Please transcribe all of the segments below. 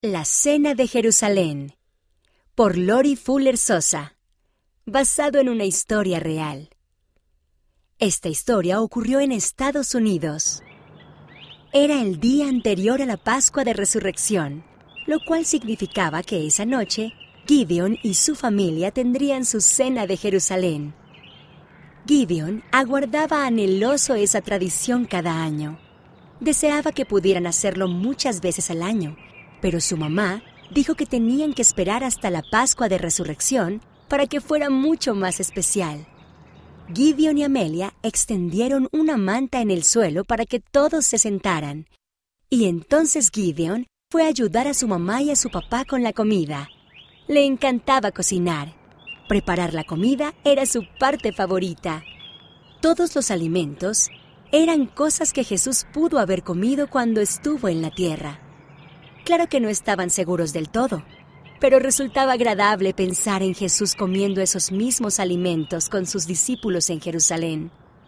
La Cena de Jerusalén, por Lori Fuller Sosa, basado en una historia real. Esta historia ocurrió en Estados Unidos. Era el día anterior a la Pascua de Resurrección, lo cual significaba que esa noche Gideon y su familia tendrían su Cena de Jerusalén. Gideon aguardaba anheloso esa tradición cada año. Deseaba que pudieran hacerlo muchas veces al año, pero su mamá dijo que tenían que esperar hasta la Pascua de Resurrección para que fuera mucho más especial. Gideon y Amelia extendieron una manta en el suelo para que todos se sentaran. Y entonces Gideon fue a ayudar a su mamá y a su papá con la comida. Le encantaba cocinar. Preparar la comida era su parte favorita. Todos los alimentos eran cosas que Jesús pudo haber comido cuando estuvo en la tierra. Claro que no estaban seguros del todo, pero resultaba agradable pensar en Jesús comiendo esos mismos alimentos con sus discípulos en Jerusalén.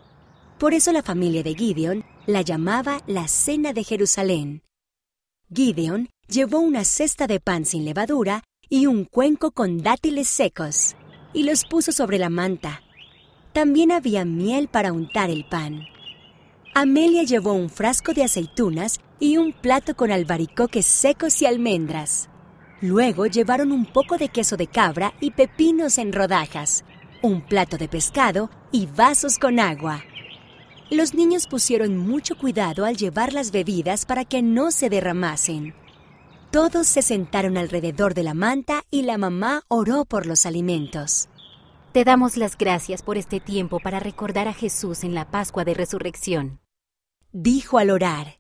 Por eso la familia de Gideon la llamaba la Cena de Jerusalén. Gideon llevó una cesta de pan sin levadura y un cuenco con dátiles secos, y los puso sobre la manta. También había miel para untar el pan. Amelia llevó un frasco de aceitunas y un plato con albaricoques secos y almendras. Luego llevaron un poco de queso de cabra y pepinos en rodajas, un plato de pescado y vasos con agua. Los niños pusieron mucho cuidado al llevar las bebidas para que no se derramasen. Todos se sentaron alrededor de la manta y la mamá oró por los alimentos. Te damos las gracias por este tiempo para recordar a Jesús en la Pascua de Resurrección, dijo al orar.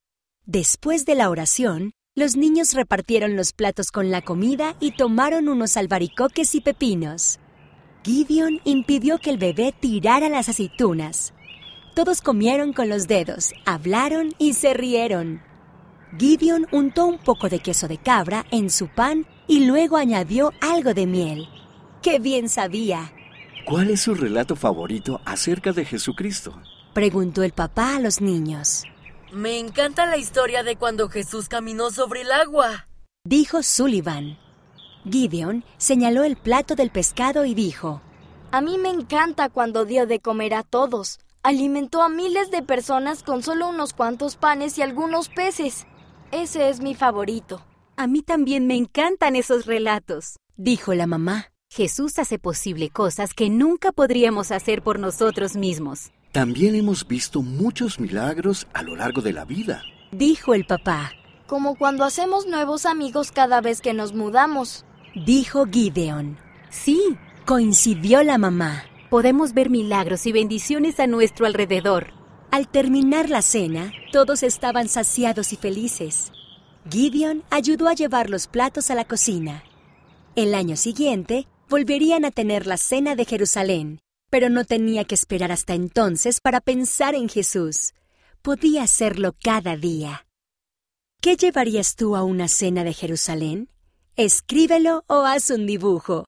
Después de la oración, los niños repartieron los platos con la comida y tomaron unos albaricoques y pepinos. Gideon impidió que el bebé tirara las aceitunas. Todos comieron con los dedos, hablaron y se rieron. Gideon untó un poco de queso de cabra en su pan y luego añadió algo de miel. ¡Qué bien sabía! ¿Cuál es su relato favorito acerca de Jesucristo?, preguntó el papá a los niños. Me encanta la historia de cuando Jesús caminó sobre el agua, dijo Sullivan. Gideon señaló el plato del pescado y dijo: A mí me encanta cuando dio de comer a todos. Alimentó a miles de personas con solo unos cuantos panes y algunos peces. Ese es mi favorito. A mí también me encantan esos relatos, dijo la mamá. Jesús hace posible cosas que nunca podríamos hacer por nosotros mismos. También hemos visto muchos milagros a lo largo de la vida, dijo el papá. Como cuando hacemos nuevos amigos cada vez que nos mudamos, dijo Gideon. Sí, coincidió la mamá. Podemos ver milagros y bendiciones a nuestro alrededor. Al terminar la cena, todos estaban saciados y felices. Gideon ayudó a llevar los platos a la cocina. El año siguiente, volverían a tener la Cena de Jerusalén, pero no tenía que esperar hasta entonces para pensar en Jesús. Podía hacerlo cada día. ¿Qué llevarías tú a una Cena de Jerusalén? Escríbelo o haz un dibujo.